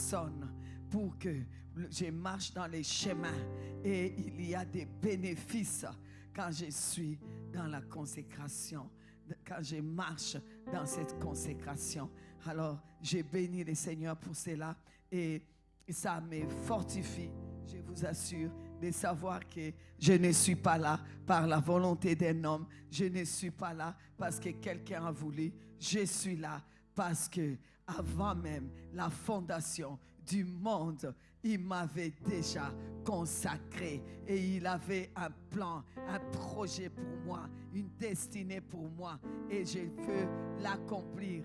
personnes pour que je marche dans les chemins. Et il y a des bénéfices quand je suis dans la consécration, quand je marche dans cette consécration. Alors, je bénis le Seigneur pour cela et ça me fortifie, je vous assure, de savoir que je ne suis pas là par la volonté d'un homme. Je ne suis pas là parce que quelqu'un a voulu. Je suis là parce que avant même la fondation du monde, il m'avait déjà consacré et il avait un plan, un projet pour moi, une destinée pour moi et je veux l'accomplir.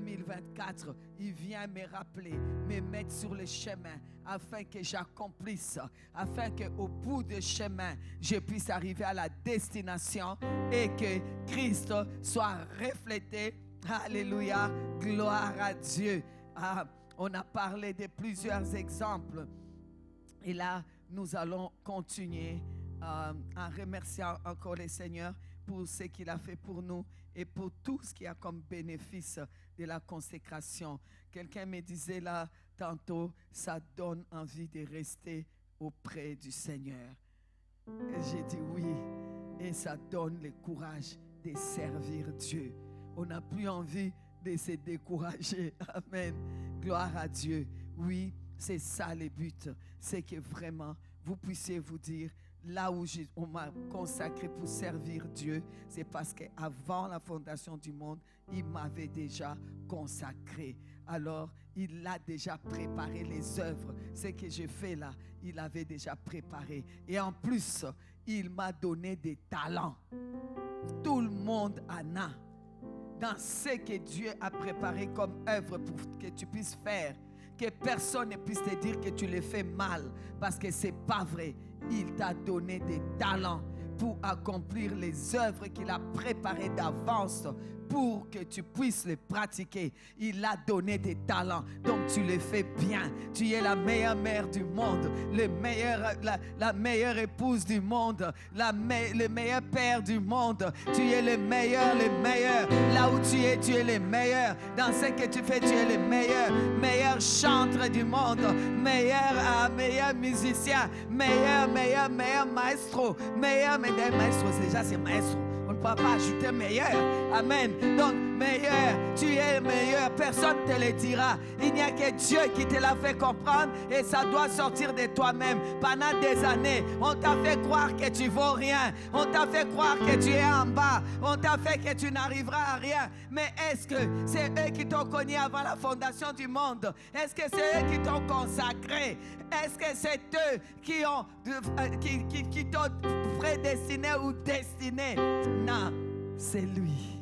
2024, il vient me rappeler, me mettre sur le chemin afin que j'accomplisse, afin qu'au bout du chemin, je puisse arriver à la destination et que Christ soit reflété. Alléluia, gloire à Dieu. On a parlé de plusieurs exemples et là, nous allons continuer en remerciant encore le Seigneur pour ce qu'il a fait pour nous et pour tout ce qu'il y a comme bénéfice de la consécration. Quelqu'un me disait là tantôt, ça donne envie de rester auprès du Seigneur. Et j'ai dit oui, et ça donne le courage de servir Dieu. On n'a plus envie de se décourager. Amen. Gloire à Dieu. Oui, c'est ça le but. C'est que vraiment, vous puissiez vous dire, là où on m'a consacré pour servir Dieu, c'est parce qu'avant la fondation du monde, il m'avait déjà consacré. Alors, il a déjà préparé les œuvres. Ce que je fais là, il avait déjà préparé. Et en plus, il m'a donné des talents. Tout le monde en a. Dans ce que Dieu a préparé comme œuvre pour que tu puisses faire, que personne ne puisse te dire que tu le fais mal, parce que ce n'est pas vrai. Il t'a donné des talents pour accomplir les œuvres qu'il a préparées d'avance pour que tu puisses les pratiquer. Il a donné des talents, donc tu les fais bien. Tu es la meilleure mère du monde, la meilleure épouse du monde, le meilleur père du monde. Tu es le meilleur, Là où tu es le meilleur. Dans ce que tu fais, tu es le meilleur chanteur du monde, meilleur musicien, meilleur maestro, maestro, déjà c'est maestro. On ne peut pas ajouter meilleur. Amen. Donc, meilleur, tu es le meilleur. Personne ne te le dira. Il n'y a que Dieu qui te l'a fait comprendre et ça doit sortir de toi-même. Pendant des années, on t'a fait croire que tu ne vaux rien. On t'a fait croire que tu es en bas. On t'a fait que tu n'arriveras à rien. Mais est-ce que c'est eux qui t'ont connu avant la fondation du monde? Est-ce que c'est eux qui t'ont consacré? Est-ce que c'est eux qui t'ont prédestiné ou destiné? Non, c'est lui.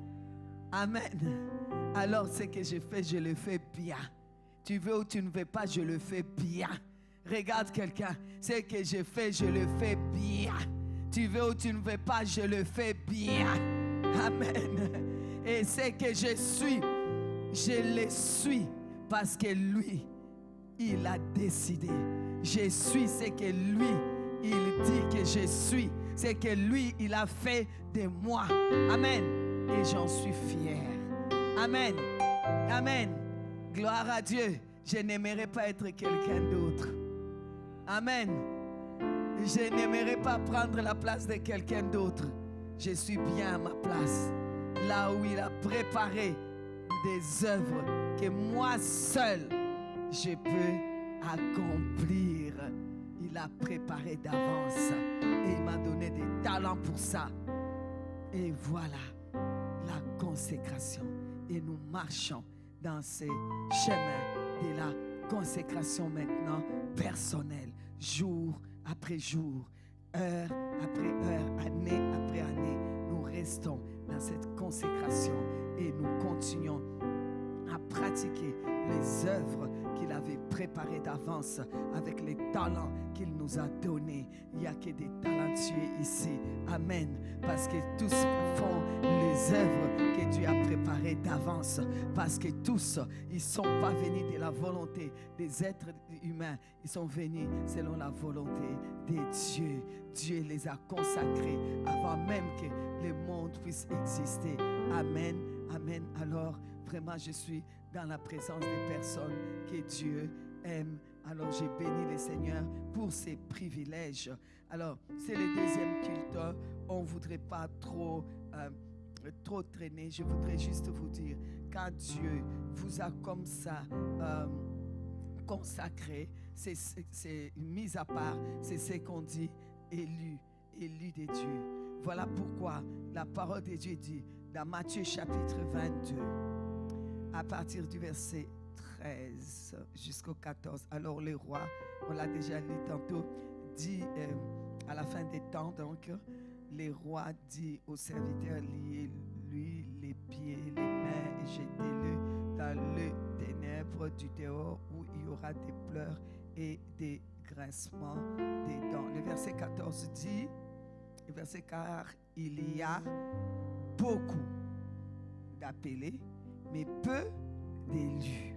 Amen. Alors ce que je fais, je le fais bien. Tu veux ou tu ne veux pas, je le fais bien. Regarde quelqu'un. Ce que je fais, je le fais bien. Tu veux ou tu ne veux pas, je le fais bien. Amen. Et ce que je suis, je le suis parce que lui, il a décidé. Je suis ce que lui, il dit que je suis. C'est que lui, il a fait de moi. Amen. Et j'en suis fier. Amen. Amen. Gloire à Dieu. Je n'aimerais pas être quelqu'un d'autre. Amen. Je n'aimerais pas prendre la place de quelqu'un d'autre. Je suis bien à ma place. Là où il a préparé des œuvres que moi seul, je peux accomplir. Il a préparé d'avance et il m'a donné des talents pour ça. Et voilà la consécration. Et nous marchons dans ces chemins de la consécration maintenant personnelle, jour après jour, heure après heure, année après année. Nous restons dans cette consécration et nous continuons à pratiquer les œuvres qu'il avait préparées d'avance avec les talents qu'il nous a donnés. Il n'y a que des talentueux ici. Amen. Parce que tous font les œuvres que Dieu a préparées d'avance. Parce que tous, ils ne sont pas venus de la volonté des êtres humains. Ils sont venus selon la volonté de Dieu. Dieu les a consacrés avant même que le monde puisse exister. Amen. Amen. Alors, vraiment, je suis dans la présence des personnes que Dieu aime. Alors j'ai béni le Seigneur pour ses privilèges. Alors c'est le deuxième culte. On ne voudrait pas trop traîner. Je voudrais juste vous dire, quand Dieu vous a comme ça consacré, c'est mis à part, c'est ce qu'on dit élu de Dieu. Voilà pourquoi la parole de Dieu dit dans Matthieu chapitre 22, à partir du verset 13 jusqu'au 14. Alors le roi, on l'a déjà lu tantôt, dit à la fin des temps, donc, le roi dit aux serviteurs, liez-lui les pieds, les mains et jetez-le dans le ténèbres du dehors où il y aura des pleurs et des grincements des dents. Le verset 14 dit, car il y a beaucoup d'appelés, mais peu d'élus.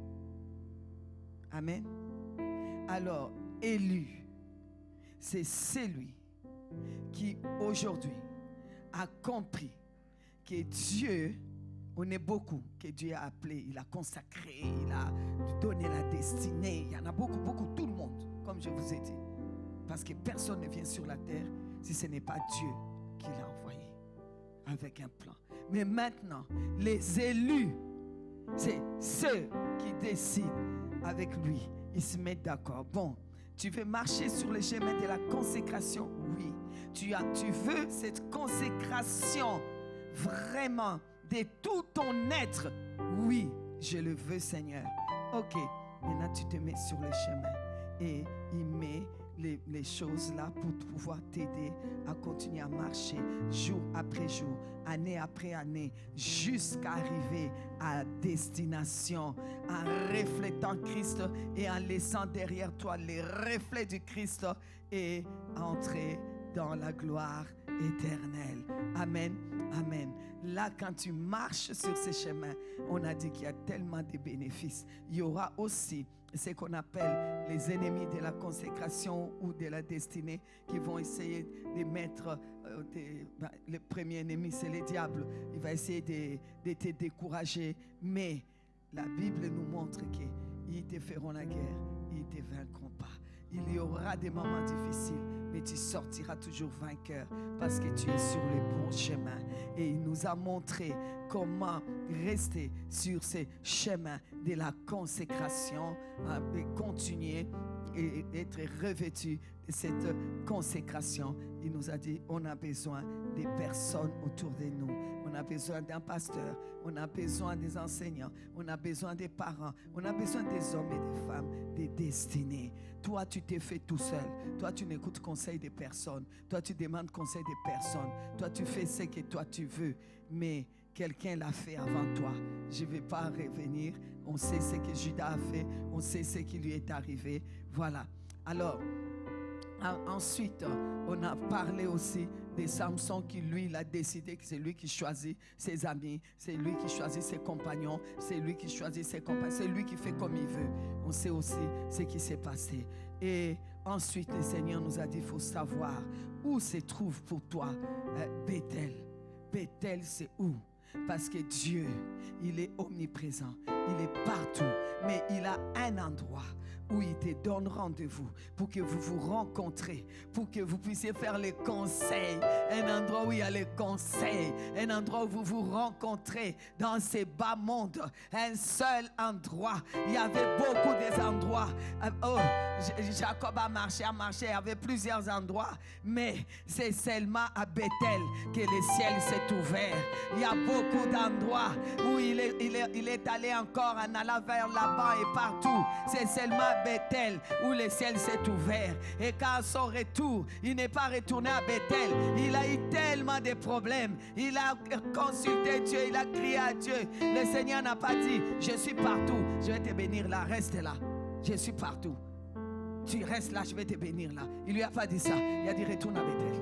Amen. Alors, élu, c'est celui qui aujourd'hui a compris que Dieu, on est beaucoup, que Dieu a appelé, il a consacré, il a donné la destinée. Il y en a beaucoup, tout le monde, comme je vous ai dit. Parce que personne ne vient sur la terre si ce n'est pas Dieu qui l'a envoyé avec un plan. Mais maintenant, les élus, c'est ceux qui décident avec lui. Ils se mettent d'accord. Bon, tu veux marcher sur le chemin de la consécration? Oui. Tu veux cette consécration vraiment de tout ton être? Oui, je le veux, Seigneur. Ok, maintenant tu te mets sur le chemin et il met les choses là pour pouvoir t'aider à continuer à marcher jour après jour, année après année, jusqu'à arriver à destination, en reflétant Christ et en laissant derrière toi les reflets du Christ et entrer dans la gloire éternelle. Amen, amen. Là, quand tu marches sur ces chemins, on a dit qu'il y a tellement de bénéfices. Il y aura aussi ce qu'on appelle les ennemis de la consécration ou de la destinée qui vont essayer de mettre le premier ennemi, c'est le diable. Il va essayer de te décourager, mais la Bible nous montre qu'ils te feront la guerre, ils ne te vaincront pas. Il y aura des moments difficiles, mais tu sortiras toujours vainqueur parce que tu es sur le bon chemin. Et il nous a montré comment rester sur ce chemin de la consécration et continuer et être revêtu de cette consécration. Il nous a dit, on a besoin des personnes autour de nous. On a besoin d'un pasteur, on a besoin des enseignants, on a besoin des parents, on a besoin des hommes et des femmes, des destinées. Toi, tu t'es fait tout seul. Toi, tu n'écoutes conseil de personne. Toi, tu demandes conseil de personne. Toi, tu fais ce que toi, tu veux. Mais quelqu'un l'a fait avant toi. Je ne vais pas revenir. On sait ce que Judas a fait. On sait ce qui lui est arrivé. Voilà. Alors, ensuite, on a parlé aussi de Samson qui, lui, il a décidé que c'est lui qui choisit ses amis, c'est lui qui choisit ses compagnons, c'est lui qui choisit ses compagnons, c'est lui qui fait comme il veut. On sait aussi ce qui s'est passé. Et ensuite, le Seigneur nous a dit, il faut savoir où se trouve pour toi Bethel. Bethel, c'est où? Parce que Dieu, il est omniprésent, il est partout, mais il a un endroit où il te donne rendez-vous pour que vous vous rencontrez, pour que vous puissiez faire les conseils. Un endroit où il y a les conseils, un endroit où vous vous rencontrez dans ces bas mondes. Un seul endroit. Il y avait beaucoup d'endroits. Jacob a marché, il y avait plusieurs endroits, mais c'est seulement à Bethel que le ciel s'est ouvert. Il y a beaucoup d'endroits où il est allé encore en allant vers là-bas et partout. C'est seulement Bethel où le ciel s'est ouvert. Et quand son retour, il n'est pas retourné à Bethel. Il a eu tellement de problèmes. Il a consulté Dieu, il a crié à Dieu. Le Seigneur n'a pas dit, je suis partout, je vais te bénir là, reste là. Je suis partout. Tu restes là, je vais te bénir là. Il lui a pas dit ça. Il a dit, retourne à Bethel.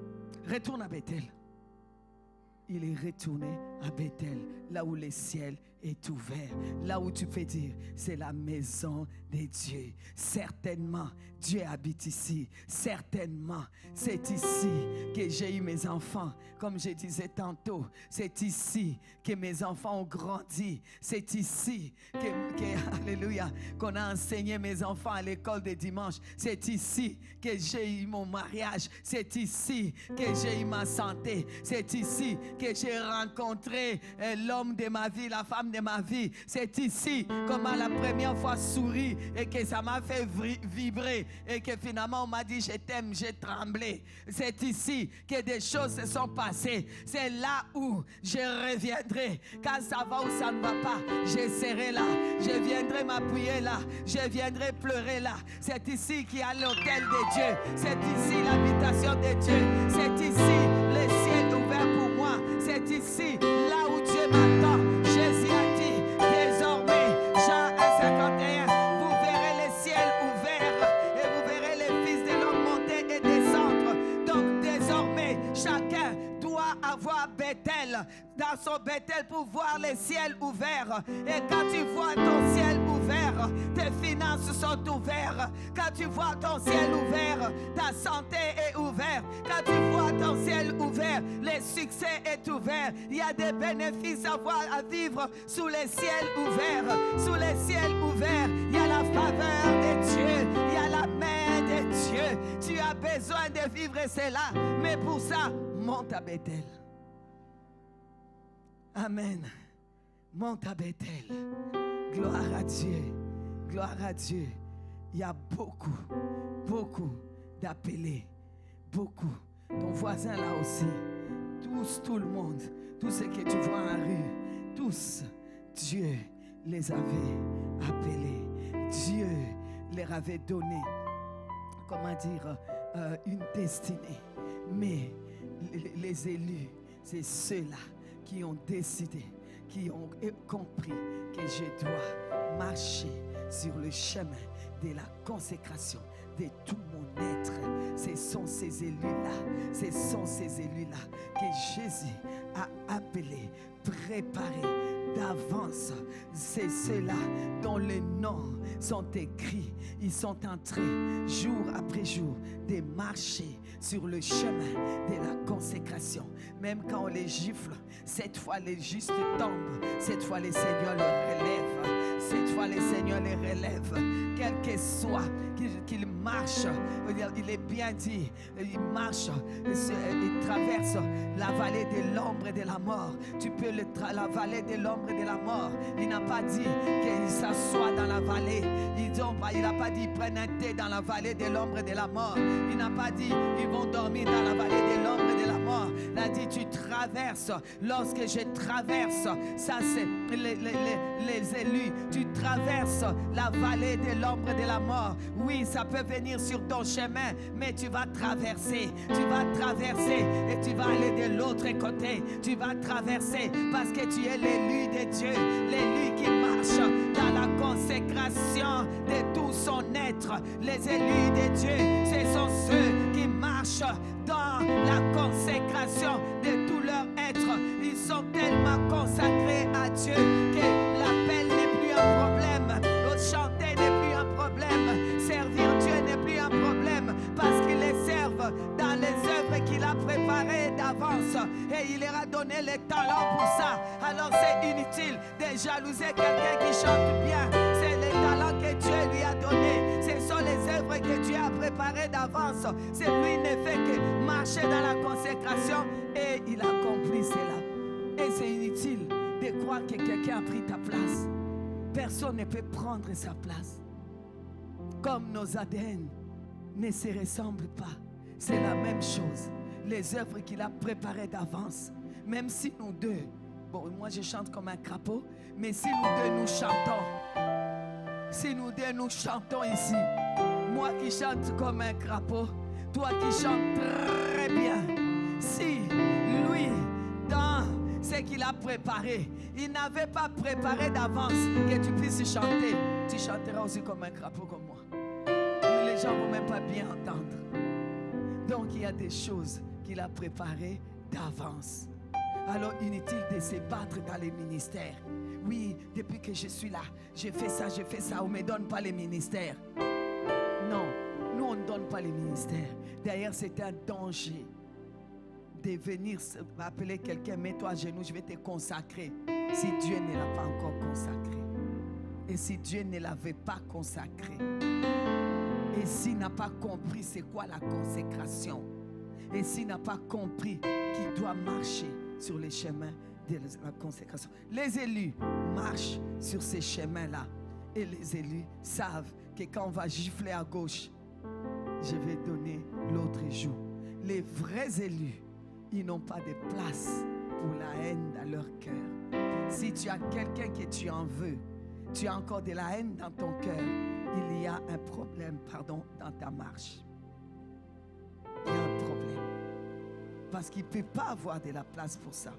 Retourne à Bethel. Il est retourné à Bethel, là où le ciel est ouvert. Là où tu peux dire, c'est la maison de Dieu. Certainement, Dieu habite ici. Certainement, c'est ici que j'ai eu mes enfants. Comme je disais tantôt, c'est ici que mes enfants ont grandi. C'est ici alléluia, qu'on a enseigné mes enfants à l'école de dimanche. C'est ici que j'ai eu mon mariage. C'est ici que j'ai eu ma santé. C'est ici que j'ai rencontré l'homme de ma vie, la femme de ma vie. C'est ici qu'on m'a la première fois souri et que ça m'a fait vibrer et que finalement on m'a dit je t'aime, j'ai tremblé. C'est ici que des choses se sont passées. C'est là où je reviendrai. Quand ça va ou ça ne va pas, je serai là. Je viendrai m'appuyer là. Je viendrai pleurer là. C'est ici qu'il y a l'autel de Dieu. C'est ici l'habitation de Dieu. C'est ici le ciel ouvert pour moi. C'est ici là où Dieu m'attend. Jésus a dit désormais, Jean 1,51, vous verrez le ciel ouvert et vous verrez les fils de l'homme monter et descendre. Donc désormais, chacun doit avoir Bethel dans son Bethel pour voir le ciel ouvert. Et quand tu vois ton ciel ouvert, tes finances sont ouvertes. Quand tu vois ton ciel ouvert, ta santé est ouverte. Quand tu vois ton ciel ouvert, le succès est ouvert. Il y a des bénéfices à vivre sous le ciel ouvert. Sous le ciel ouvert, il y a la faveur de Dieu. Il y a la main de Dieu. Tu as besoin de vivre cela. Mais pour ça, monte à Bethel. Amen. Monte à Bethel. Gloire à Dieu. Gloire à Dieu. Il y a beaucoup d'appelés. Beaucoup. Ton voisin là aussi. Tout le monde. Tous ceux que tu vois en rue. Tous. Dieu les avait appelés. Dieu leur avait donné, comment dire, une destinée. Mais les élus, c'est ceux-là qui ont décidé, qui ont compris que je dois marcher sur le chemin de la consécration de tout mon être. Ce sont ces élus-là, que Jésus a appelés, préparés d'avance. C'est ceux-là dont les noms sont écrits. Ils sont en train, jour après jour, de marcher sur le chemin de la consécration. Même quand on les gifle, cette fois les justes tombent. Cette fois les seigneurs les relèvent. Cette fois les seigneurs les relèvent. Quel que soit qu'il marche, il est bien dit, il marche, il traverse la vallée de l'ombre et de la mort. Tu peux la vallée de l'ombre et de la mort. Il n'a pas dit qu'il s'assoit dans la vallée. Il n'a pas dit prenne un thé dans la vallée de l'ombre et de la mort. Il n'a pas dit ils vont dormir dans la vallée de l'ombre et de la mort. Il a dit tu traverses. Lorsque je traverse, ça c'est les élus. Tu traverses la vallée de l'ombre et de la mort. Oui, ça peut venir sur ton chemin, mais tu vas traverser. Tu vas traverser et tu vas aller de l'autre côté. Tu vas traverser parce que tu es l'élu de Dieu, l'élu qui marche dans la consécration de tout son être. Les élus de Dieu, ce sont ceux qui marchent dans la consécration de tout leur être. Ils sont tellement consacrés à Dieu que l'appel n'est plus un problème. Chanter n'est plus un problème. Servir Dieu n'est plus un problème parce qu'ils les servent dans les œuvres qu'il a préparées d'avance et il leur a donné les talents pour ça. Alors c'est inutile de jalouser quelqu'un qui chante bien. C'est les talents que Dieu lui a donnés. Ce sont les œuvres que Dieu a préparées d'avance. C'est lui qui ne fait que marcher dans la consécration et il accomplit cela. Et c'est inutile de croire que quelqu'un a pris ta place. Personne ne peut prendre sa place. Comme nos ADN ne se ressemblent pas, c'est la même chose. Les œuvres qu'il a préparées d'avance, même si nous deux, bon, moi je chante comme un crapaud, mais si nous deux nous chantons ici, moi qui chante comme un crapaud, toi qui chantes très bien, si lui, dans ce qu'il a préparé, il n'avait pas préparé d'avance que tu puisses chanter, tu chanteras aussi comme un crapaud comme moi. Mais les gens ne vont même pas bien entendre. Donc il y a des choses qu'il a préparées d'avance. Alors inutile de se battre dans les ministères. Oui, depuis que je suis là, j'ai fait ça, on ne me donne pas les ministères. Non, nous on ne donne pas les ministères. D'ailleurs, c'est un danger de venir appeler quelqu'un, mets-toi à genoux, je vais te consacrer. Si Dieu ne l'a pas encore consacré. Et si Dieu ne l'avait pas consacré. Et s'il n'a pas compris c'est quoi la consécration. Et s'il n'a pas compris qu'il doit marcher sur les chemins de la consécration. Les élus marchent sur ces chemins-là. Et les élus savent que quand on va gifler à gauche, je vais donner l'autre joue. Les vrais élus, ils n'ont pas de place pour la haine dans leur cœur. Si tu as quelqu'un que tu en veux, tu as encore de la haine dans ton cœur, il y a un problème, dans ta marche. Il y a un problème. Parce qu'il ne peut pas avoir de la place pour ça.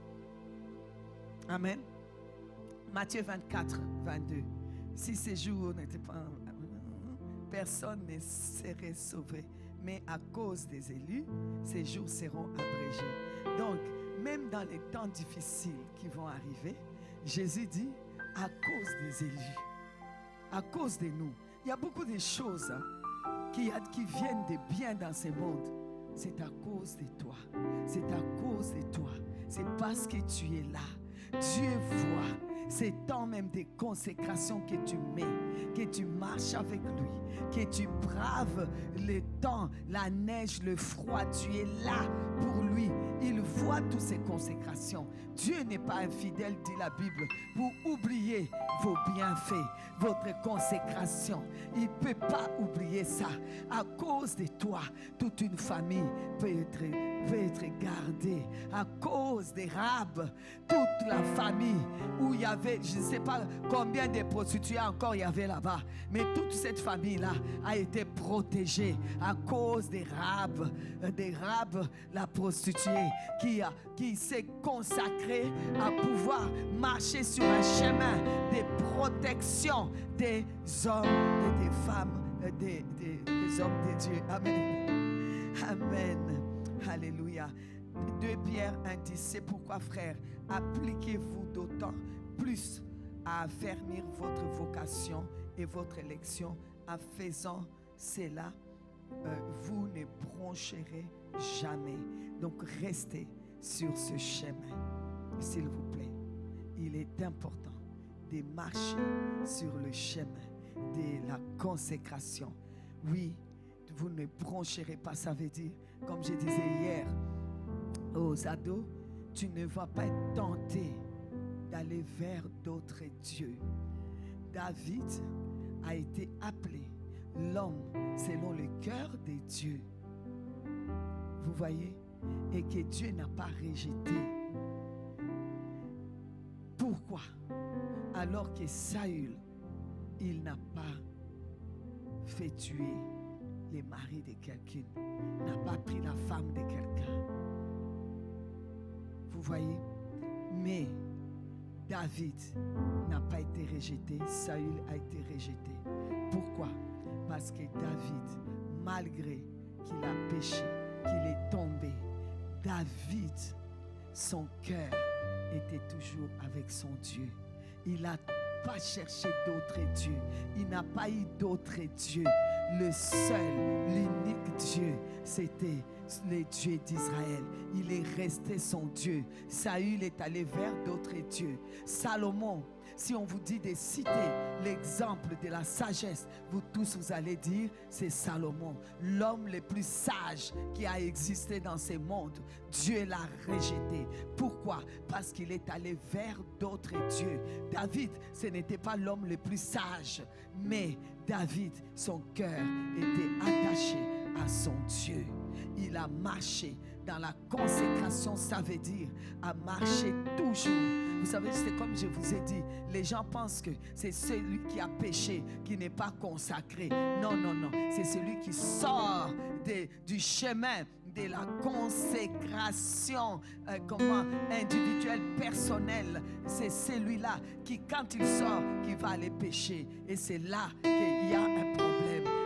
Amen. Matthieu 24, 22. Si ces jours n'étaient pas... personne ne serait sauvé. Mais à cause des élus, ces jours seront abrégés. Donc, même dans les temps difficiles qui vont arriver, Jésus dit, à cause des élus, à cause de nous, il y a beaucoup de choses qui viennent de bien dans ce monde. C'est à cause de toi. C'est à cause de toi. C'est parce que tu es là. Dieu voit ces temps même de consécration que tu mets, que tu marches avec lui, que tu braves le temps, la neige, le froid. Tu es là pour lui. Il voit toutes ces consécrations. Dieu n'est pas infidèle, dit la Bible, pour oublier vos bienfaits, votre consécration. Il ne peut pas oublier ça. À cause de toi, toute une famille peut être gardée. À cause des Rahab, toute la famille où il y avait, je ne sais pas combien de prostituées encore il y avait là-bas, mais toute cette famille-là a été protégée à cause des Rahab, la prostituée qui s'est consacrée à pouvoir marcher sur un chemin de protection des hommes et des femmes, des hommes de Dieu. Amen. Amen. Alléluia. 2 Pierre 1:10. C'est pourquoi, frères, appliquez-vous d'autant plus à affermir votre vocation et votre élection. En faisant cela, vous ne broncherez jamais. Donc restez sur ce chemin, s'il vous plaît. Il est important de marcher sur le chemin de la consécration. Oui, vous ne broncherez pas. Ça veut dire, comme je disais hier aux ados, tu ne vas pas être tenté d'aller vers d'autres dieux. David a été appelé l'homme selon le cœur de Dieu. Vous voyez? Et que Dieu n'a pas rejeté. Pourquoi? Alors que Saül, il n'a pas fait tuer les maris de quelqu'un, n'a pas pris la femme de quelqu'un. Vous voyez? Mais David n'a pas été rejeté, Saül a été rejeté. Pourquoi? Parce que David, malgré qu'il a péché, qu'il est tombé, David, son cœur était toujours avec son Dieu. Il n'a pas cherché d'autres dieux. Il n'a pas eu d'autres dieux. Le seul, l'unique Dieu, c'était le Dieu d'Israël. Il est resté son Dieu. Saül est allé vers d'autres dieux. Salomon, si on vous dit de citer l'exemple de la sagesse, vous tous vous allez dire c'est Salomon, l'homme le plus sage qui a existé dans ce monde. Dieu l'a rejeté. Pourquoi? Parce qu'il est allé vers d'autres dieux. David, ce n'était pas l'homme le plus sage, mais David, son cœur était attaché à son Dieu. Il a marché dans la consécration, ça veut dire à marcher toujours. Vous savez, c'est comme je vous ai dit, les gens pensent que c'est celui qui a péché, qui n'est pas consacré. Non, non, non. C'est celui qui sort du chemin de la consécration individuelle, personnelle. C'est celui-là qui, quand il sort, qui va aller pécher. Et c'est là qu'il y a un problème. Mais il y a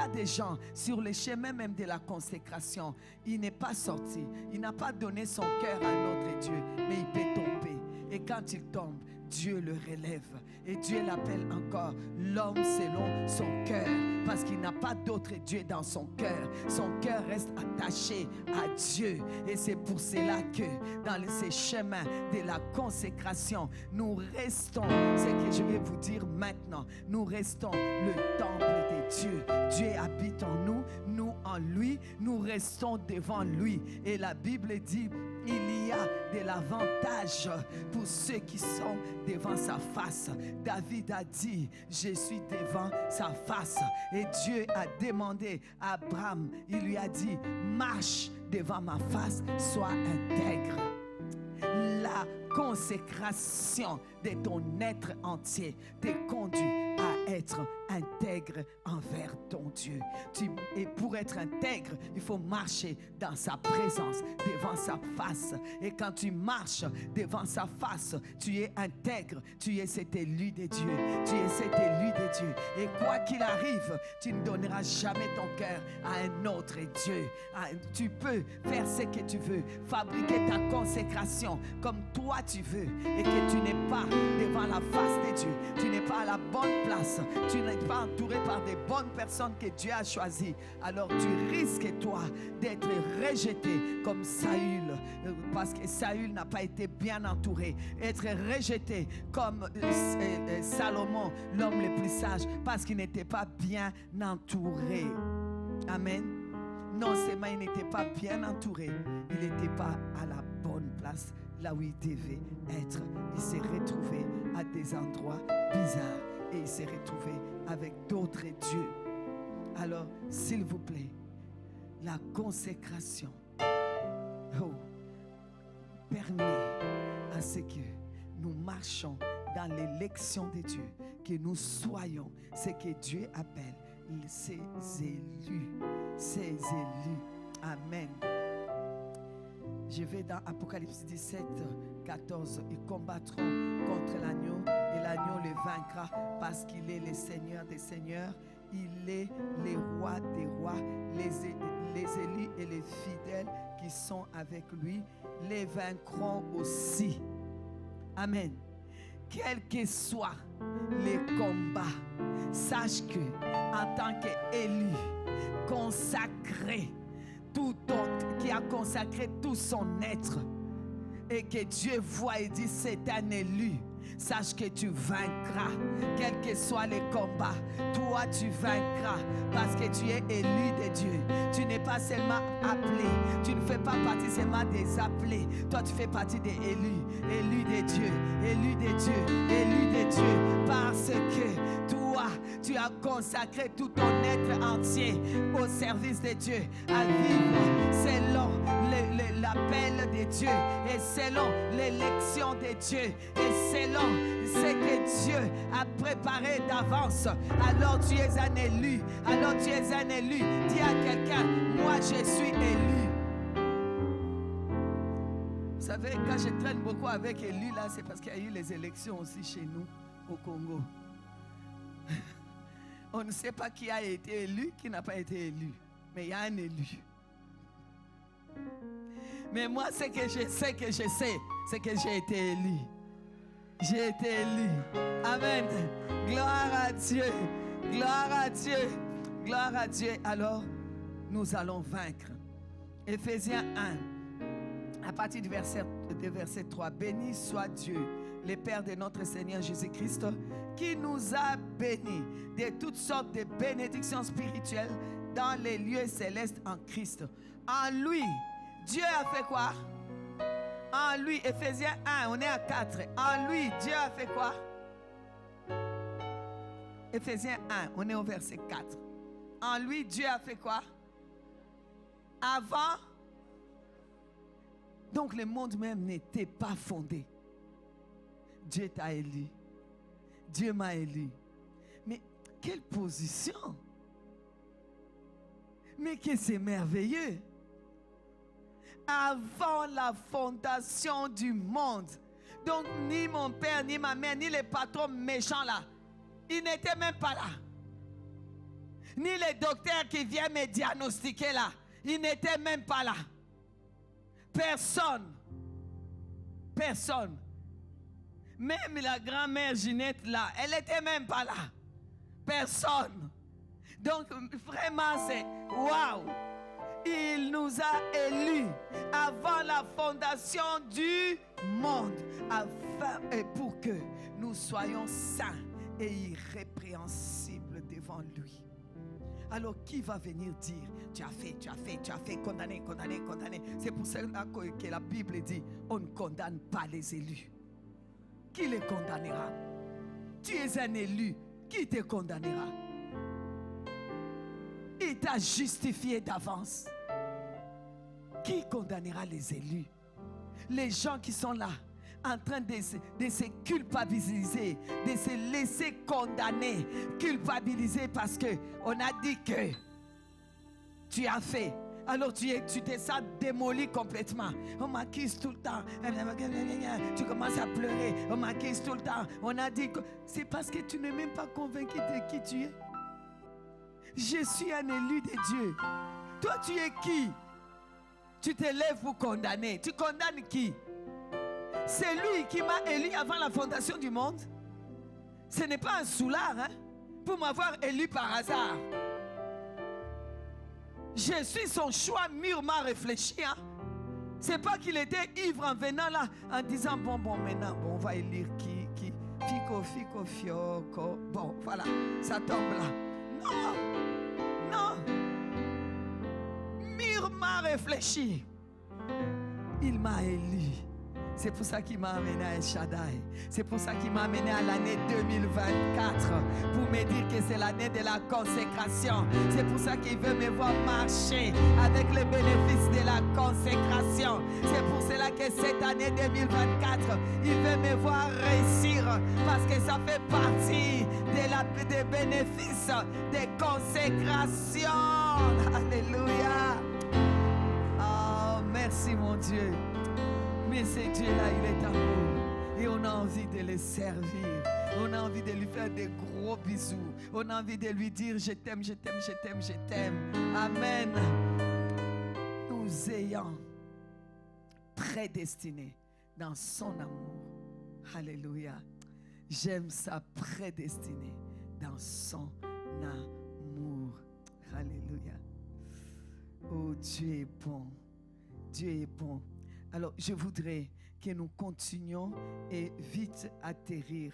a des gens sur le chemin même de la consécration. Il n'est pas sorti. Il n'a pas donné son cœur à un autre Dieu. Mais il peut tomber. Et quand il tombe, Dieu le relève. Et Dieu l'appelle encore l'homme selon son cœur. Parce qu'il n'a pas d'autre Dieu dans son cœur. Son cœur reste attaché à Dieu. Et c'est pour cela que dans ces chemins de la consécration, nous restons, ce que je vais vous dire maintenant, nous restons le temple de Dieu. Dieu habite en nous, nous en lui, nous restons devant lui. Et la Bible dit, il y a de l'avantage pour ceux qui sont devant sa face. David a dit, je suis devant sa face. Et Dieu a demandé à Abraham, il lui a dit, marche devant ma face, sois intègre. La consécration de ton être entier te conduit à être intègre envers ton Dieu. Et pour être intègre, il faut marcher dans sa présence, devant sa face. Et quand tu marches devant sa face, tu es intègre, tu es cet élu de Dieu. Tu es cet élu de Dieu. Et quoi qu'il arrive, tu ne donneras jamais ton cœur à un autre Dieu. Tu peux faire ce que tu veux, fabriquer ta consécration comme toi tu veux, et que tu n'es pas devant la face de Dieu, tu n'es pas à la bonne place, tu n'es pas entouré par des bonnes personnes que Dieu a choisies, alors tu risques toi d'être rejeté comme Saül, parce que Saül n'a pas été bien entouré, être rejeté comme Salomon, l'homme le plus sage, parce qu'il n'était pas bien entouré. Amen. Non seulement il n'était pas bien entouré, il n'était pas à la bonne place, là où il devait être. Il s'est retrouvé à des endroits bizarres et il s'est retrouvé avec d'autres dieux. Alors, s'il vous plaît, la consécration permet à ce que nous marchions dans l'élection de Dieu, que nous soyons ce que Dieu appelle ses élus. Ses élus. Amen. Je vais dans Apocalypse 17, 14. Ils combattront contre l'agneau et l'agneau le vaincra parce qu'il est le Seigneur des seigneurs. Il est le roi des rois. Les élus et les fidèles qui sont avec lui les vaincront aussi. Amen. Quel que soit les combats, sache que en tant qu'élu, consacré, qui a consacré tout son être, et que Dieu voit et dit c'est un élu, sache que tu vaincras, quels que soient les combats. Toi tu vaincras parce que tu es élu de Dieu. Tu n'es pas seulement appelé, tu ne fais pas partie seulement des appelés, toi tu fais partie des élus, élus de Dieu, élus de Dieu, élus de Dieu, parce que toi tu as consacré tout ton être entier au service de Dieu, à vivre selon l'appel de Dieu et selon l'élection de Dieu et selon ce que Dieu a préparé d'avance. Alors tu es un élu. Alors tu es un élu. Dis à quelqu'un, moi je suis élu. Vous savez, quand je traîne beaucoup avec élu là, c'est parce qu'il y a eu les élections aussi chez nous au Congo. On ne sait pas qui a été élu, qui n'a pas été élu. Mais il y a un élu. Mais moi, ce que je sais, c'est que j'ai été élu. J'ai été élu. Amen. Gloire à Dieu. Gloire à Dieu. Gloire à Dieu. Alors, nous allons vaincre. Éphésiens 1, à partir du verset 3. Béni soit Dieu, le Père de notre Seigneur Jésus-Christ, qui nous a bénis de toutes sortes de bénédictions spirituelles dans les lieux célestes en Christ. En lui, Dieu a fait quoi? En lui, Éphésiens 1, on est à 4. En lui, Dieu a fait quoi? Éphésiens 1, on est au verset 4. En lui, Dieu a fait quoi? Avant. Donc le monde même n'était pas fondé. Dieu t'a élu. Dieu m'a élu. Mais quelle position! Mais que c'est merveilleux! Avant la fondation du monde. Donc ni mon père, ni ma mère, ni les patrons méchants là, ils n'étaient même pas là. ni les docteurs qui viennent me diagnostiquer là. Ils n'étaient même pas là. Personne. Personne. Même la grand-mère Ginette là, elle n'était même pas là. Personne. Donc vraiment c'est waouh. Il nous a élus avant la fondation du monde, afin et pour que nous soyons saints et irrépréhensibles devant lui. Alors qui va venir dire tu as fait, condamné. C'est pour cela que la Bible dit on ne condamne pas les élus. Qui les condamnera? Tu es un élu, qui te condamnera? Il t'a justifié d'avance. Qui condamnera les élus? Les gens qui sont là en train de se culpabiliser, de se laisser condamner, culpabiliser parce qu'on a dit que tu as fait. Alors tu te sens démoli complètement. On m'accuse tout le temps. Tu commences à pleurer. On m'accuse tout le temps. On a dit que c'est parce que tu n'es même pas convaincu de qui tu es. Je suis un élu de Dieu. Toi tu es qui? Tu te lèves pour condamner. Tu condamnes qui? C'est lui qui m'a élu avant la fondation du monde. Ce n'est pas un soulard pour m'avoir élu par hasard. Je suis son choix mûrement réfléchi. C'est pas qu'il était ivre en venant là, en disant bon, maintenant, on va élire qui, fico, fioco. Bon, voilà, ça tombe là. Non. Mûrement réfléchi. Il m'a élu. C'est pour ça qu'il m'a amené à El Shaddai. C'est pour ça qu'il m'a amené à l'année 2024. Pour me dire que c'est l'année de la consécration. C'est pour ça qu'il veut me voir marcher avec les bénéfices de la consécration. C'est pour cela que cette année 2024, il veut me voir réussir. Parce que ça fait partie des bénéfices des consécrations. Alléluia. Oh, merci mon Dieu. Mais ce Dieu-là, il est amour. Et on a envie de le servir. On a envie de lui faire des gros bisous. On a envie de lui dire je t'aime. Amen. Nous ayant prédestinés dans son amour. Alléluia. J'aime sa prédestinée dans son amour. Alléluia. Oh, Dieu est bon. Dieu est bon. Alors, je voudrais que nous continuions et vite atterrir.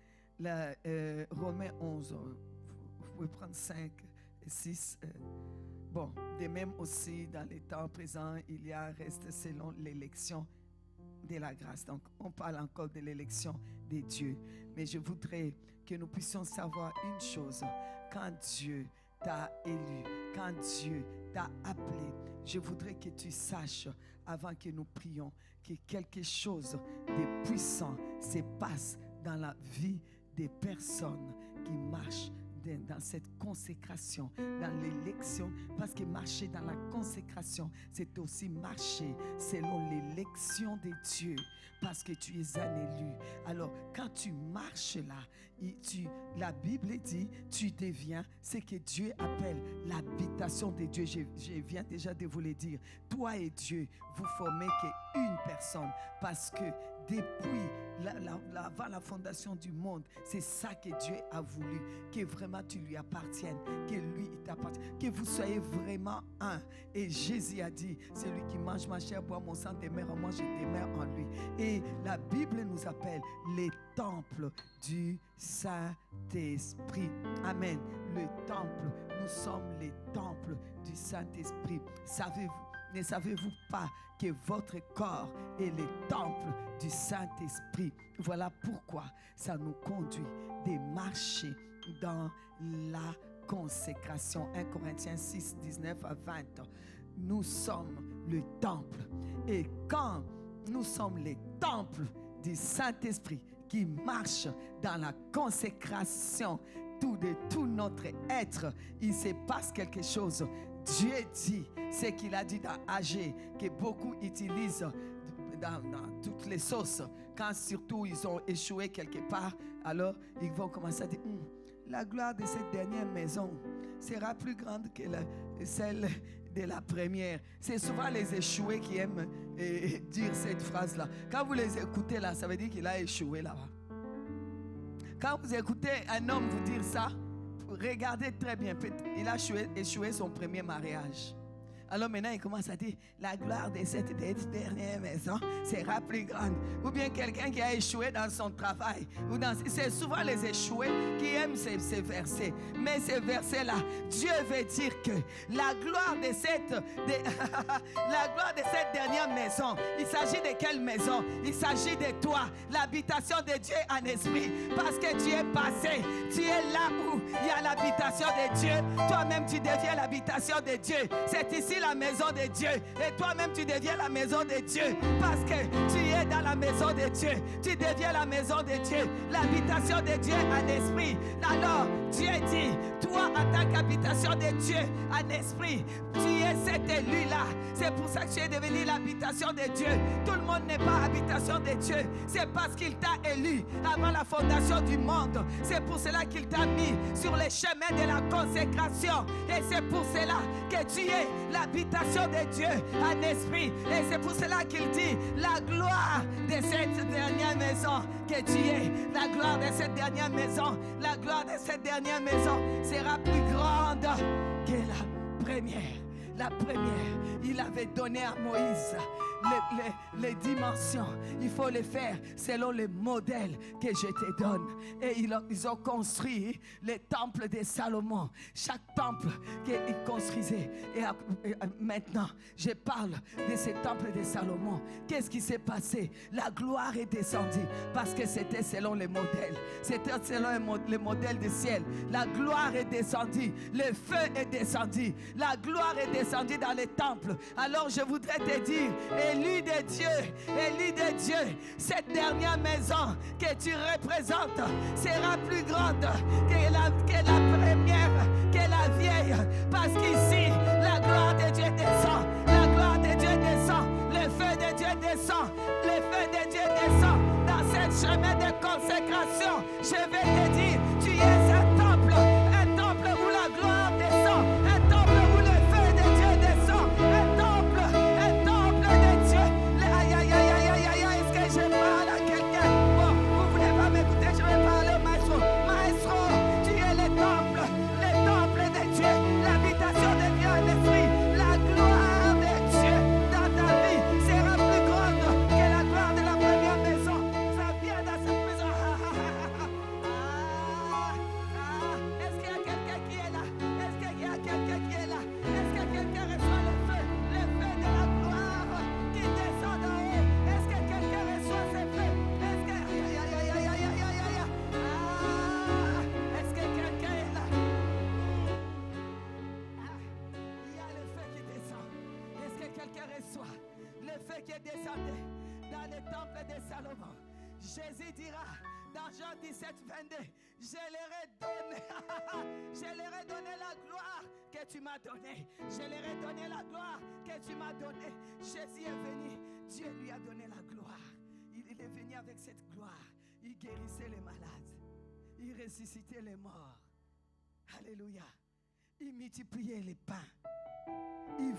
Romains 11, vous pouvez prendre 5 et 6. Bon, de même aussi, dans les temps présents, il y a un reste selon l'élection de la grâce. Donc, on parle encore de l'élection des dieux. Mais je voudrais que nous puissions savoir une chose. Quand Dieu t'a élu, quand Dieu t'a appelé, je voudrais que tu saches, avant que nous prions, que quelque chose de puissant se passe dans la vie des personnes qui marchent dans cette consécration, dans l'élection, parce que marcher dans la consécration, c'est aussi marcher selon l'élection de Dieu, parce que tu es un élu. Alors, quand tu marches là, la Bible dit, tu deviens ce que Dieu appelle l'habitation de Dieu. Je viens déjà de vous le dire. Toi et Dieu, vous formez qu'une personne, parce que depuis avant la fondation du monde, c'est ça que Dieu a voulu, que vraiment tu lui appartiennes, que lui il t'appartient, que vous soyez vraiment un. Et Jésus a dit, celui qui mange ma chair, boit mon sang, demeure en moi, je demeure en lui. Et la Bible nous appelle les temples du Saint-Esprit. Amen. Le temple, nous sommes les temples du Saint-Esprit. Ne savez-vous pas que votre corps est le temple du Saint-Esprit? Voilà pourquoi ça nous conduit de marcher dans la consécration. 1 Corinthiens 6, 19 à 20. Nous sommes le temple. Et quand nous sommes les temples du Saint-Esprit qui marche dans la consécration de tout notre être, il se passe quelque chose. Dieu dit ce qu'il a dit dans AG, que beaucoup utilisent dans toutes les sauces. Quand surtout ils ont échoué quelque part, alors ils vont commencer à dire la gloire de cette dernière maison, sera plus grande que celle de la première. C'est souvent les échoués qui aiment dire cette phrase-là. Quand vous les écoutez là, ça veut dire qu'il a échoué là-bas. Quand vous écoutez un homme vous dire ça, regardez très bien. Il a échoué son premier mariage. Alors maintenant, il commence à dire, la gloire de cette dernière maison sera plus grande. Ou bien quelqu'un qui a échoué dans son travail. C'est souvent les échoués qui aiment ces versets. Mais ces versets-là, Dieu veut dire que la gloire de cette dernière maison, il s'agit de quelle maison? Il s'agit de toi, l'habitation de Dieu en esprit. Parce que tu es passé, tu es là où il y a l'habitation de Dieu. Toi-même, tu deviens l'habitation de Dieu. C'est ici la maison de Dieu. Et toi-même, tu deviens la maison de Dieu. Parce que tu es dans la maison de Dieu. Tu deviens la maison de Dieu. L'habitation de Dieu en esprit. Alors, Dieu dit, toi, en tant qu'habitation de Dieu en esprit, tu es cet élu-là. C'est pour ça que tu es devenu l'habitation de Dieu. Tout le monde n'est pas habitation de Dieu. C'est parce qu'il t'a élu avant la fondation du monde. C'est pour cela qu'il t'a mis sur les chemins de la consécration. Et c'est pour cela que tu es l'habitation de Dieu en esprit. Et c'est pour cela qu'il dit, la gloire de cette dernière maison que tu es, la gloire de cette dernière maison, la gloire de cette dernière maison sera plus grande que la première. La première, il avait donné à Moïse les dimensions. Il faut les faire selon les modèles que je te donne. Et ils ont construit les temples de Salomon. Chaque temple qu'ils construisaient. Et maintenant, je parle de ces temples de Salomon. Qu'est-ce qui s'est passé? La gloire est descendue parce que c'était selon les modèles. C'était selon les modèles du ciel. La gloire est descendue. Le feu est descendu. La gloire est descendue dans les temples. Alors je voudrais te dire, élu de Dieu, cette dernière maison que tu représentes sera plus grande que la première, que la vieille, parce qu'ici la gloire de Dieu descend, la gloire de Dieu descend, le feu de Dieu descend, le feu de Dieu descend dans ce chemin de consécration. Je vais te dire, tu es un temple où la gloire descend, un temple où le feu de Dieu descend, un temple de Dieu. Aïe, aïe, aïe, aïe, aïe, aïe, est-ce que je parle à quelqu'un? Bon, vous ne voulez pas m'écouter, je vais parler au maestro. Maestro, tu es le temple de Dieu, l'habitation de Dieu en esprit. La gloire de Dieu dans ta vie sera plus grande que la gloire de la première maison. Ça vient dans cette maison. Est-ce qu'il y a quelqu'un qui est là? Est-ce qu'il y a quelqu'un qui est là? Est-ce que quelqu'un reçoit le feu de la gloire qui descend d'en haut? Est-ce que quelqu'un reçoit ce feu? Est-ce que... Est-ce que quelqu'un est là? Il y a le feu qui descend. Est-ce que quelqu'un reçoit le feu qui est descendu dans le temple de Salomon? Jésus dira dans Jean 17, 22, je leur ai donné la gloire que tu m'as donnée. Je leur ai donné la gloire que tu m'as donnée. Jésus est venu, Dieu lui a donné la gloire. Il est venu avec cette gloire. Il guérissait les malades. Il ressuscitait les morts. Alléluia. Il multipliait les pains. Il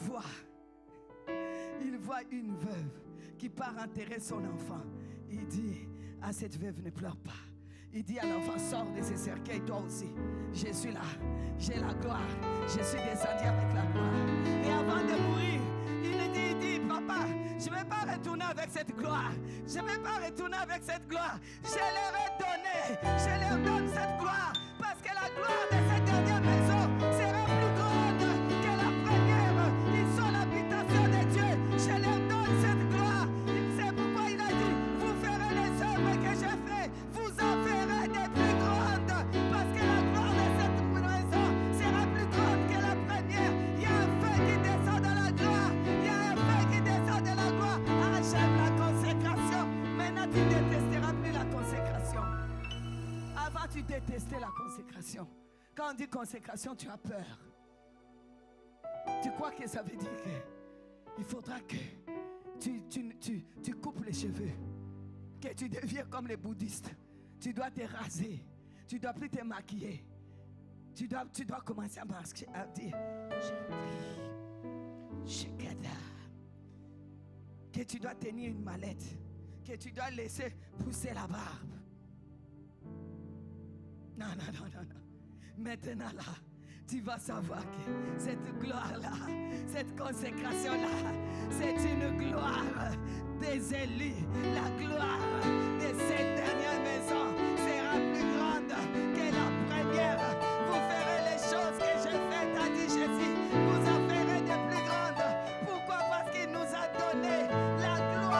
voit une veuve qui part enterrer son enfant. Il dit à cette veuve, ne pleure pas. Il dit à l'enfant, sors de ce cercueil, toi aussi. Je suis là, j'ai la gloire. Je suis descendu avec la gloire. Et avant de mourir, il dit, papa, je ne vais pas retourner avec cette gloire. Je ne vais pas retourner avec cette gloire. Je leur ai donné, je leur donne cette gloire. Parce que la gloire de cette dernière maison sera plus grande que la première. Ils sont l'habitation de Dieu. Je leur donne cette gloire. C'est pourquoi il a dit, vous ferez les œuvres que j'ai faites. Vous en ferez des plus grandes. Parce que la gloire de cette maison sera plus grande que la première. Il y a un feu qui descend dans la gloire. Il y a un feu qui descend de la gloire. Ah, j'aime la consécration. Maintenant, tu ne détesteras plus la consécration. Avant, tu détestais la consécration. Quand on dit consécration, tu as peur. Tu crois que ça veut dire qu'il faudra que tu coupes les cheveux, que tu deviens comme les bouddhistes. Tu dois te raser. Tu ne dois plus te maquiller. Tu dois commencer à marcher, à dire, je prie. Que tu dois tenir une mallette, que tu dois laisser pousser la barbe. Non. Maintenant là, tu vas savoir que cette gloire-là, cette consécration-là, c'est une gloire des élus. La gloire de cette dernière maison sera plus grande que la première. Vous ferez les choses que j'ai faites, a dit Jésus. Vous en ferez de plus grandes. Pourquoi? Parce qu'il nous a donné la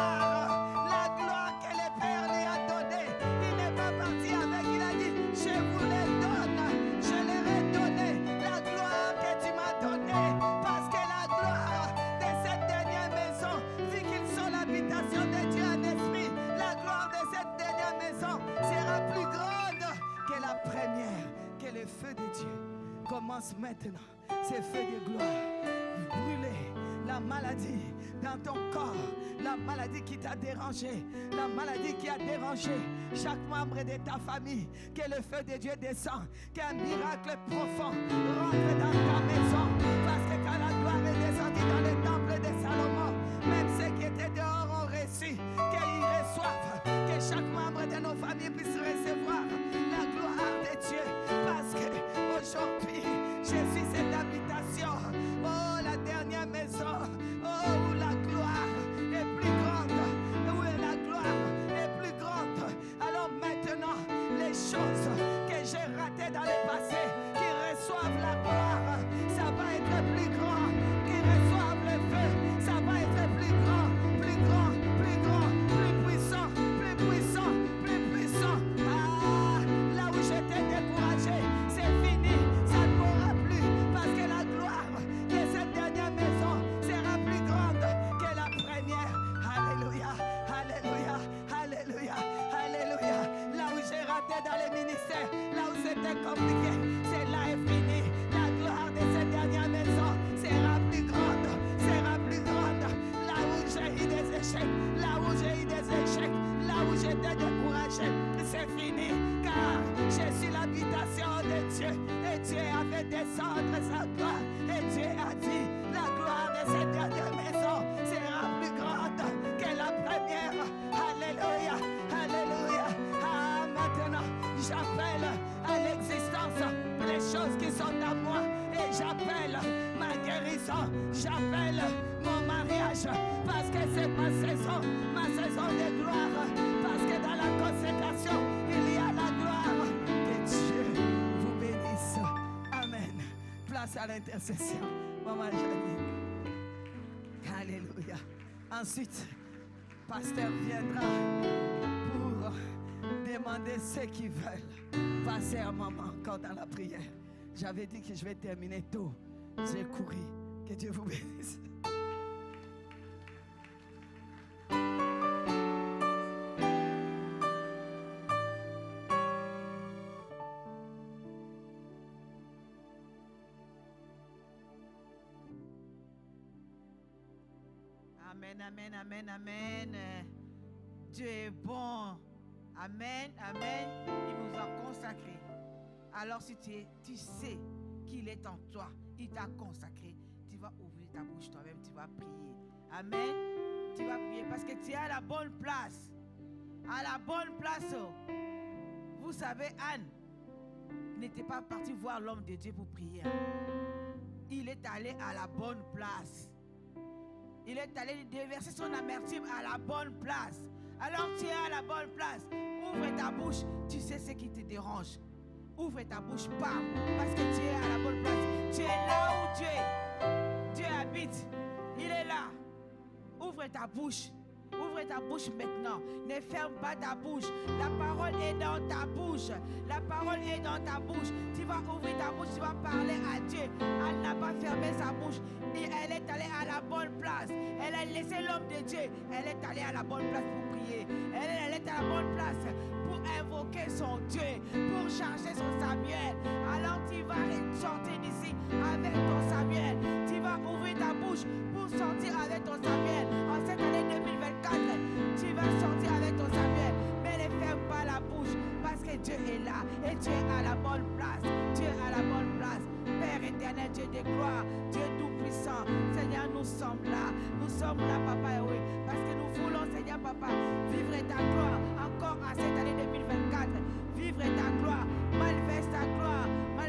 gloire que le Père lui a donnée. Il n'est pas parti avec, il a dit, je vous les donne, je leur ai donné la gloire que tu m'as donnée. Parce que la gloire de cette dernière maison, vu qu'ils sont l'habitation de Dieu en esprit, la gloire de cette dernière maison sera plus grande que la première. Que le feu de Dieu commence maintenant. Ce feu de gloire, brûler la maladie dans ton corps, la maladie qui t'a dérangé, la maladie qui a dérangé chaque membre de ta famille. Que le feu de Dieu descend, qu'un miracle profond rentre dans ta maison. Parce que quand la gloire est descendue dans le temple de Salomon, même ceux qui étaient dehors ont reçu, qu'ils reçoivent, que chaque membre de nos familles puisse recevoir la gloire de Dieu. Parce que aujourd'hui, je suis cette habitation, oh la dernière maison, oh où la gloire est plus grande, où la gloire est plus grande. Alors maintenant, les choses que j'ai ratées dans le passé, qui reçoivent la gloire, ça va être plus grand, qui reçoivent le feu, ça va être plus grand, plus grand, plus grand, plus puissant, plus puissant, plus puissant. Ah, là où j'étais découragé, c'est fini, ça ne m'aura plus, parce que la gloire de cette dernière maison sera plus grande que la première. Alléluia, alléluia, alléluia, alléluia. Là où j'ai raté dans les ministères, là où c'était compliqué, c'est là est fini. La gloire de cette dernière maison sera plus grande, sera plus grande. Là où j'ai eu des échecs, là où j'ai eu des échecs, là où j'étais découragé, c'est fini, car je suis l'habitation de Dieu. Et Dieu a fait descendre sa gloire. Et Dieu a dit, la gloire de cette dernière maison sera plus grande que la première. Alléluia, alléluia. Ah, maintenant, j'appelle à l'existence les choses qui sont à moi. Et j'appelle ma guérison, j'appelle mon mariage, parce que c'est ma saison de gloire. Parce que dans la consécration, il y a la gloire. Que Dieu vous bénisse. Amen. Place à l'intercession. Maman Janine. Alléluia. Ensuite, pasteur viendra pour demander ceux qui veulent passer un moment encore dans la prière. J'avais dit que je vais terminer tôt. J'ai couru. Que Dieu vous bénisse. Amen, amen, amen, amen. Dieu est bon. Amen, amen. Il nous a consacrés. Alors si tu sais qu'il est en toi, il t'a consacré, tu vas ouvrir ta bouche toi-même, tu vas prier. Amen. Tu vas prier parce que tu es à la bonne place. À la bonne place. Vous savez, Anne n'était pas partie voir l'homme de Dieu pour prier. Il est allé à la bonne place. Il est allé déverser son amertume à la bonne place. Alors tu es à la bonne place. Ouvre ta bouche. Tu sais ce qui te dérange. Ouvre ta bouche, parle. Parce que tu es à la bonne place. Tu es là où Dieu habite. Il est là. Ouvre ta bouche. Ouvre ta bouche maintenant. Ne ferme pas ta bouche. La parole est dans ta bouche. La parole est dans ta bouche. Tu vas ouvrir ta bouche. Tu vas parler à Dieu. Elle n'a pas fermé sa bouche. Et elle est allée à la bonne place. Elle a laissé l'homme de Dieu. Elle est allée à la bonne place pour prier. Elle est à la bonne place pour invoquer son Dieu. Pour charger son Samuel. Alors tu vas sortir d'ici avec ton Samuel. Tu vas ouvrir ta bouche pour sortir avec ton Samuel. En cette année 2024, tu vas sortir avec ton Samuel. Mais ne ferme pas la bouche parce que Dieu est là et Dieu est à la bonne place. Dieu est à la bonne Dieu de gloire, Dieu tout-puissant. Seigneur, nous sommes là, Papa Yahweh, parce que nous voulons, Seigneur, Papa, vivre ta gloire encore à cette année 2024. Vivre ta gloire, manifeste ta gloire,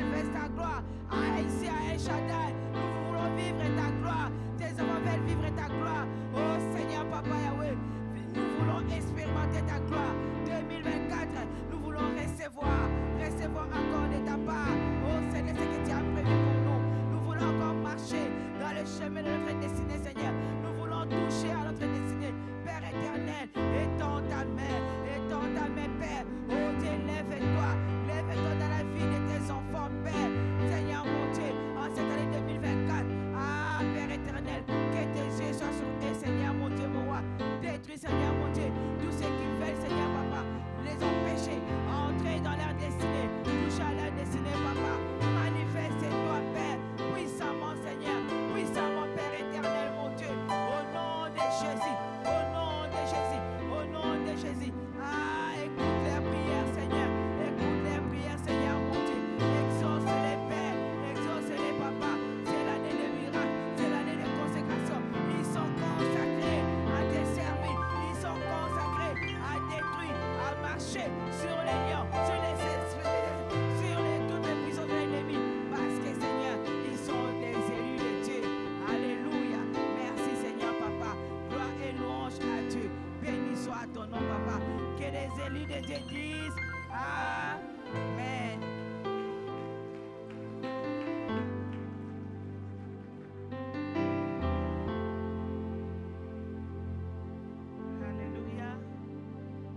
ici à El Shaddai, nous voulons vivre ta gloire, tes enfants veulent vivre ta gloire. Oh Seigneur, Papa Yahweh, nous voulons expérimenter ta gloire. 2024, nous voulons recevoir encore de ta part. Oh Seigneur, ce que tu as prévu pour nous. Nous voulons encore marcher dans le chemin de notre destinée, Seigneur. Nous voulons toucher à notre destinée. Père éternel, étends ta main, Père. Oh Dieu, lève-toi dans la vie de tes enfants, Père. Seigneur mon Dieu, en cette année 2024, Père éternel, que tes yeux soient sur eux, Seigneur mon Dieu, mon roi. Détruis, Seigneur mon Dieu, tous ceux qui veulent, Seigneur papa, les empêcher d'entrer dans leur destinée, toucher à leur destinée, papa. Manifeste-toi, Père, puissamment, Seigneur, puissamment, Père éternel, mon Dieu, au nom de Jésus, au nom de Jésus, au nom de Jésus. Écoute les prières, Seigneur, mon Dieu. Exauce-les, Père, exauce-les, papa. C'est l'année de miracle, c'est l'année de consécration. Ils sont consacrés à te servir, ils sont consacrés à détruire, à marcher sur les lions, sur les esprits, sur toutes les puissances de l'ennemi. Parce que, Seigneur, ils sont des élus de Dieu. Alléluia. Merci, Seigneur, papa. Gloire et louange à Dieu. Béni soit ton nom, papa. Que les élus de Dieu disent Amen.